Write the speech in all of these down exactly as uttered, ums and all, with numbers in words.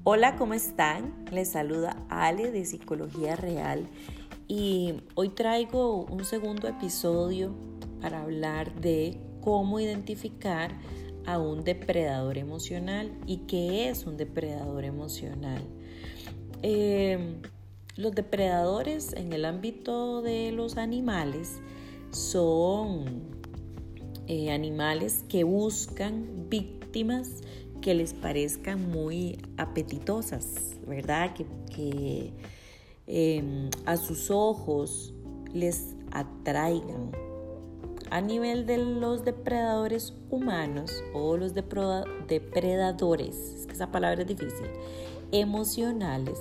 Hola, ¿cómo están? Les saluda Ale de Psicología Real y hoy traigo un segundo episodio para hablar de cómo identificar a un depredador emocional y qué es un depredador emocional. Eh, los depredadores en el ámbito de los animales son eh, animales que buscan víctimas que les parezcan muy apetitosas, ¿verdad? Que, que eh, a sus ojos les atraigan. A nivel de los depredadores humanos o los depredadores, es que esa palabra es difícil, emocionales,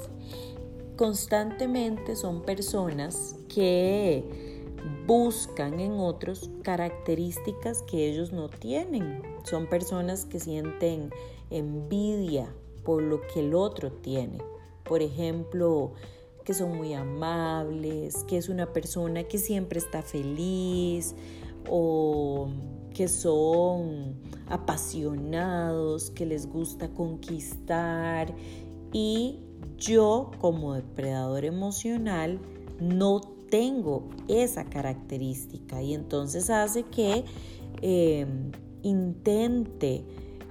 constantemente son personas que buscan en otros características que ellos no tienen. Son personas que sienten envidia por lo que el otro tiene. Por ejemplo, que son muy amables, que es una persona que siempre está feliz, o que son apasionados, que les gusta conquistar. Y yo, como depredador emocional, no tengo esa característica y entonces hace que eh, intente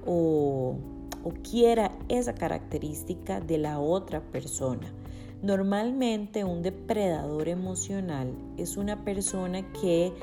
o, o quiera esa característica de la otra persona. Normalmente un depredador emocional es una persona que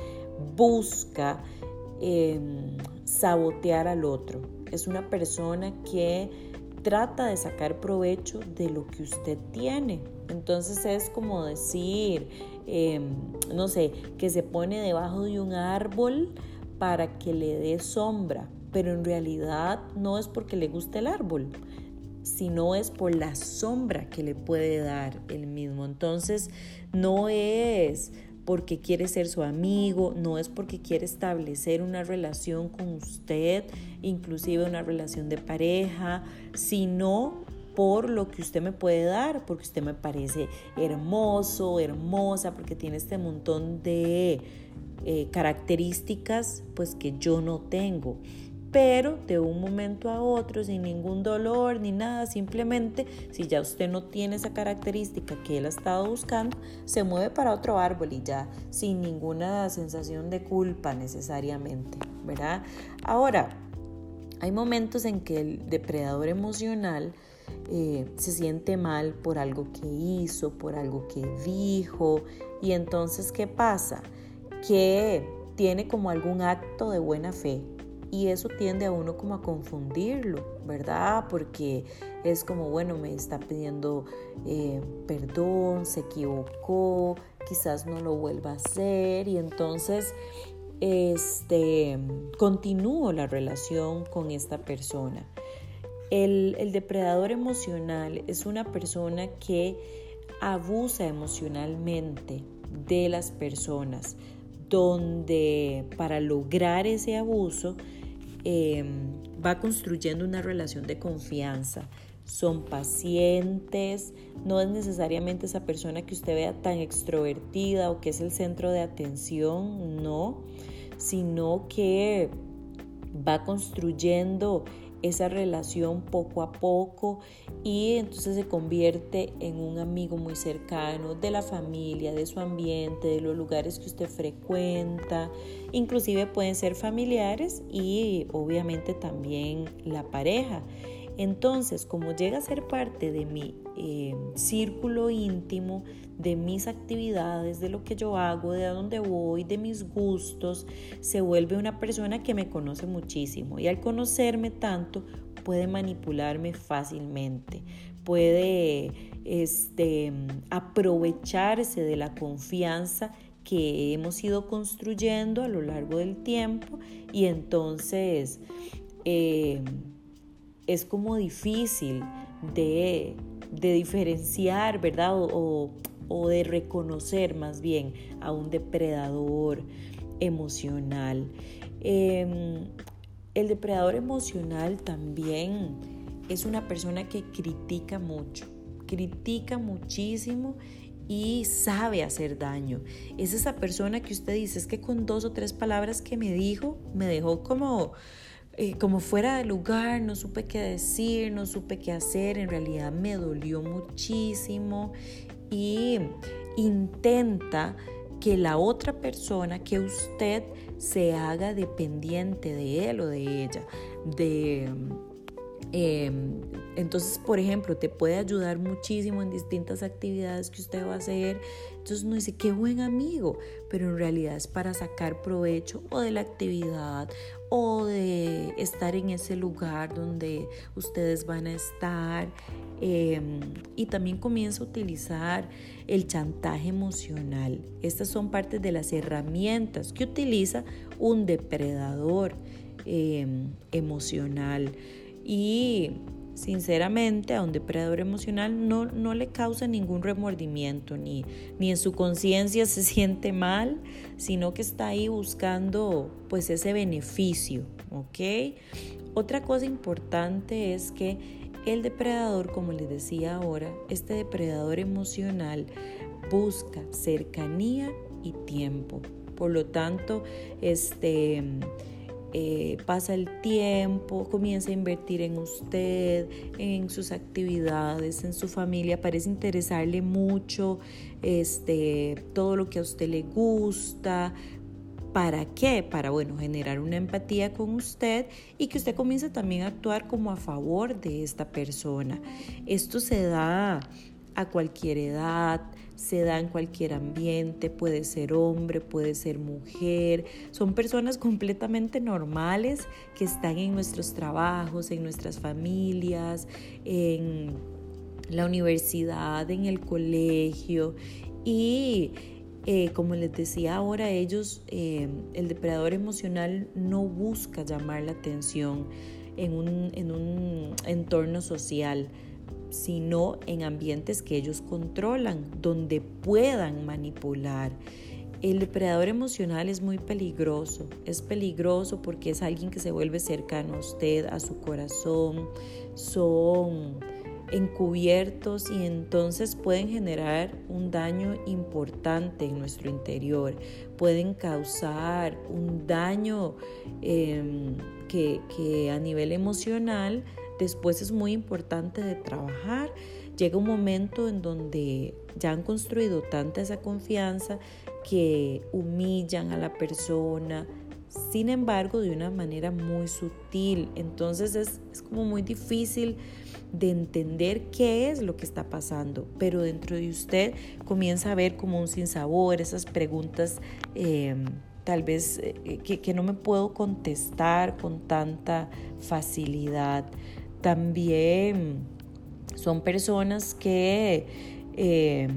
busca eh, sabotear al otro. Es una persona que trata de sacar provecho de lo que usted tiene. Entonces es como decir, eh, no sé, que se pone debajo de un árbol para que le dé sombra, pero en realidad no es porque le guste el árbol, sino es por la sombra que le puede dar el mismo. Entonces no es porque quiere ser su amigo, no es porque quiere establecer una relación con usted, inclusive una relación de pareja, sino por lo que usted me puede dar, porque usted me parece hermoso, hermosa, porque tiene este montón de eh, características pues que yo no tengo. Pero de un momento a otro, sin ningún dolor ni nada, simplemente si ya usted no tiene esa característica que él ha estado buscando, se mueve para otro árbol y ya, sin ninguna sensación de culpa necesariamente, ¿verdad? Ahora, hay momentos en que el depredador emocional eh, se siente mal por algo que hizo, por algo que dijo, y entonces, ¿qué pasa? Que tiene como algún acto de buena fe. Y eso tiende a uno como a confundirlo, ¿verdad? Porque es como, bueno, me está pidiendo eh, perdón, se equivocó, quizás no lo vuelva a hacer. Y entonces este, continúo la relación con esta persona. El, el depredador emocional es una persona que abusa emocionalmente de las personas, donde para lograr ese abuso eh, va construyendo una relación de confianza. Son pacientes, no es necesariamente esa persona que usted vea tan extrovertida o que es el centro de atención, no, sino que va construyendo esa relación poco a poco y entonces se convierte en un amigo muy cercano de la familia, de su ambiente, de los lugares que usted frecuenta, inclusive pueden ser familiares y obviamente también la pareja. Entonces, como llega a ser parte de mi eh, círculo íntimo, de mis actividades, de lo que yo hago, de a dónde voy, de mis gustos, se vuelve una persona que me conoce muchísimo y al conocerme tanto puede manipularme fácilmente, puede este, aprovecharse de la confianza que hemos ido construyendo a lo largo del tiempo y entonces eh, es como difícil de, de diferenciar, ¿verdad? O, o, o de reconocer más bien a un depredador emocional. Eh, el depredador emocional también es una persona que critica mucho, critica muchísimo y sabe hacer daño. Es esa persona que usted dice, es que con dos o tres palabras que me dijo, me dejó como eh, como fuera de lugar, no supe qué decir, no supe qué hacer, en realidad me dolió muchísimo y intenta que la otra persona, que usted se haga dependiente de él o de ella, de... Eh, entonces, por ejemplo, te puede ayudar muchísimo en distintas actividades que usted va a hacer. Entonces uno dice, qué buen amigo, pero en realidad es para sacar provecho o de la actividad o de estar en ese lugar donde ustedes van a estar. Eh, y también comienza a utilizar el chantaje emocional. Estas son partes de las herramientas que utiliza un depredador eh, emocional. Y sinceramente a un depredador emocional no, no le causa ningún remordimiento, ni, ni en su conciencia se siente mal, sino que está ahí buscando pues ese beneficio, ¿ok? Otra cosa importante es que el depredador, como les decía ahora, este depredador emocional busca cercanía y tiempo. Por lo tanto, este... Eh, pasa el tiempo, comienza a invertir en usted, en sus actividades, en su familia, parece interesarle mucho este, todo lo que a usted le gusta. ¿Para qué? Para, bueno, generar una empatía con usted y que usted comience también a actuar como a favor de esta persona. Esto se da a cualquier edad, se da en cualquier ambiente, puede ser hombre, puede ser mujer, son personas completamente normales que están en nuestros trabajos, en nuestras familias, en la universidad, en el colegio y eh, como les decía ahora, ellos, eh, el depredador emocional no busca llamar la atención en un, en un entorno social, sino en ambientes que ellos controlan, donde puedan manipular. El depredador emocional es muy peligroso, es peligroso porque es alguien que se vuelve cercano a usted, a su corazón, son encubiertos y entonces pueden generar un daño importante en nuestro interior, pueden causar un daño eh, que, que a nivel emocional después es muy importante de trabajar. Llega un momento en donde ya han construido tanta esa confianza que humillan a la persona, sin embargo de una manera muy sutil. Entonces es, es como muy difícil de entender qué es lo que está pasando, pero dentro de usted comienza a ver como un sinsabor, esas preguntas eh, tal vez eh, que, que no me puedo contestar con tanta facilidad. También son personas que eh,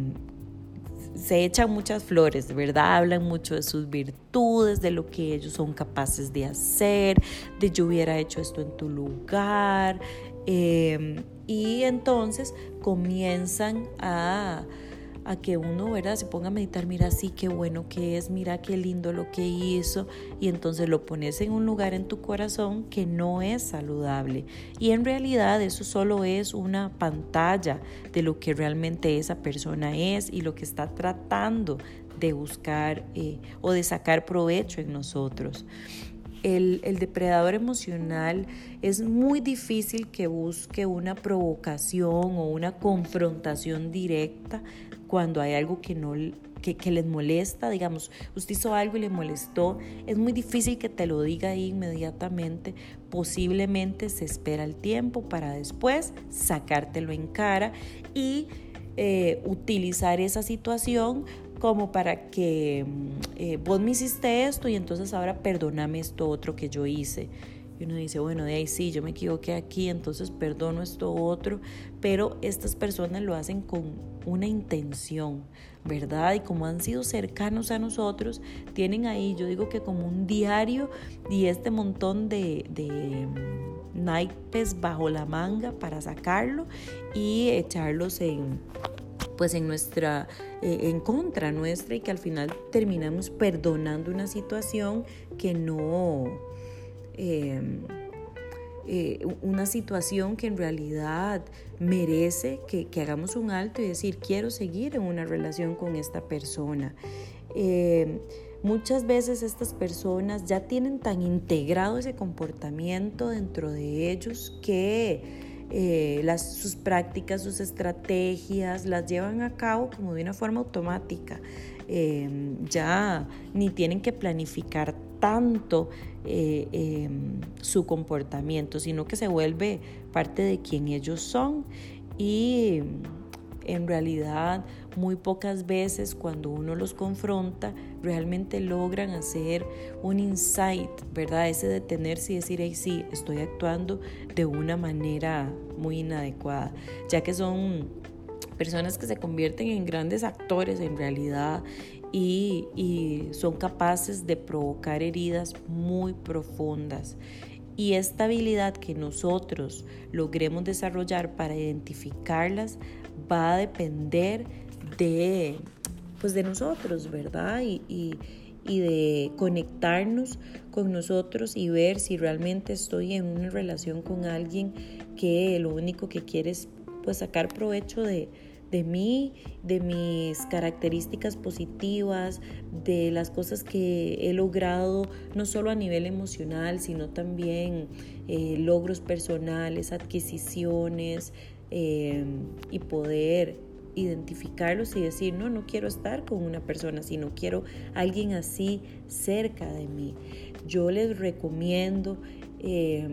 se echan muchas flores, ¿verdad? Hablan mucho de sus virtudes, de lo que ellos son capaces de hacer, de yo hubiera hecho esto en tu lugar. Eh, y entonces comienzan a... a que uno, ¿verdad?, se ponga a meditar, mira, sí, qué bueno que es, mira qué lindo lo que hizo, y entonces lo pones en un lugar en tu corazón que no es saludable, y en realidad eso solo es una pantalla de lo que realmente esa persona es y lo que está tratando de buscar eh, o de sacar provecho en nosotros. El, el depredador emocional es muy difícil que busque una provocación o una confrontación directa cuando hay algo que, no, que, que les molesta. Digamos, usted hizo algo y le molestó, es muy difícil que te lo diga ahí inmediatamente. Posiblemente se espera el tiempo para después sacártelo en cara y eh, utilizar esa situación como para que eh, vos me hiciste esto y entonces ahora perdóname esto otro que yo hice. Y uno dice, bueno, de ahí sí, yo me equivoqué aquí, entonces perdono esto otro, pero estas personas lo hacen con una intención, ¿verdad? Y como han sido cercanos a nosotros, tienen ahí, yo digo que como un diario y este montón de, de naipes bajo la manga para sacarlo y echarlos en... pues en nuestra, eh, en contra nuestra, y que al final terminamos perdonando una situación que no, eh, eh, una situación que en realidad merece que, que hagamos un alto y decir, quiero seguir en una relación con esta persona. Eh, Muchas veces estas personas ya tienen tan integrado ese comportamiento dentro de ellos que Eh, las, sus prácticas, sus estrategias las llevan a cabo como de una forma automática. Eh, ya ni tienen que planificar tanto eh, eh, su comportamiento, sino que se vuelve parte de quien ellos son. Y en realidad muy pocas veces cuando uno los confronta realmente logran hacer un insight, ¿verdad? Ese detenerse y decir, hey, sí, estoy actuando de una manera muy inadecuada, ya que son personas que se convierten en grandes actores en realidad y, y son capaces de provocar heridas muy profundas. Y esta habilidad que nosotros logremos desarrollar para identificarlas va a depender de, pues de nosotros, ¿verdad? Y, y, y de conectarnos con nosotros y ver si realmente estoy en una relación con alguien que lo único que quiere es pues sacar provecho de, de mí, de mis características positivas, de las cosas que he logrado, no solo a nivel emocional, sino también eh, logros personales, adquisiciones, eh, y poder identificarlos y decir, no, no quiero estar con una persona así, no quiero alguien así cerca de mí. Yo les recomiendo, eh,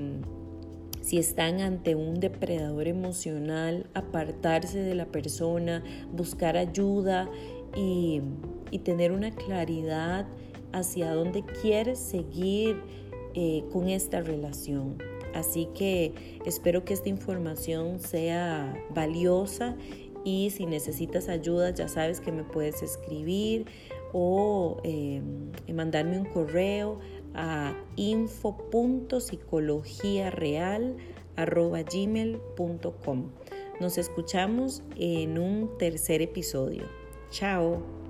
si están ante un depredador emocional, apartarse de la persona, buscar ayuda y, y tener una claridad hacia dónde quieres seguir eh, con esta relación. Así que espero que esta información sea valiosa y si necesitas ayuda ya sabes que me puedes escribir o eh, mandarme un correo a info punto psicología real arroba gmail punto com. Nos escuchamos en un tercer episodio. Chao.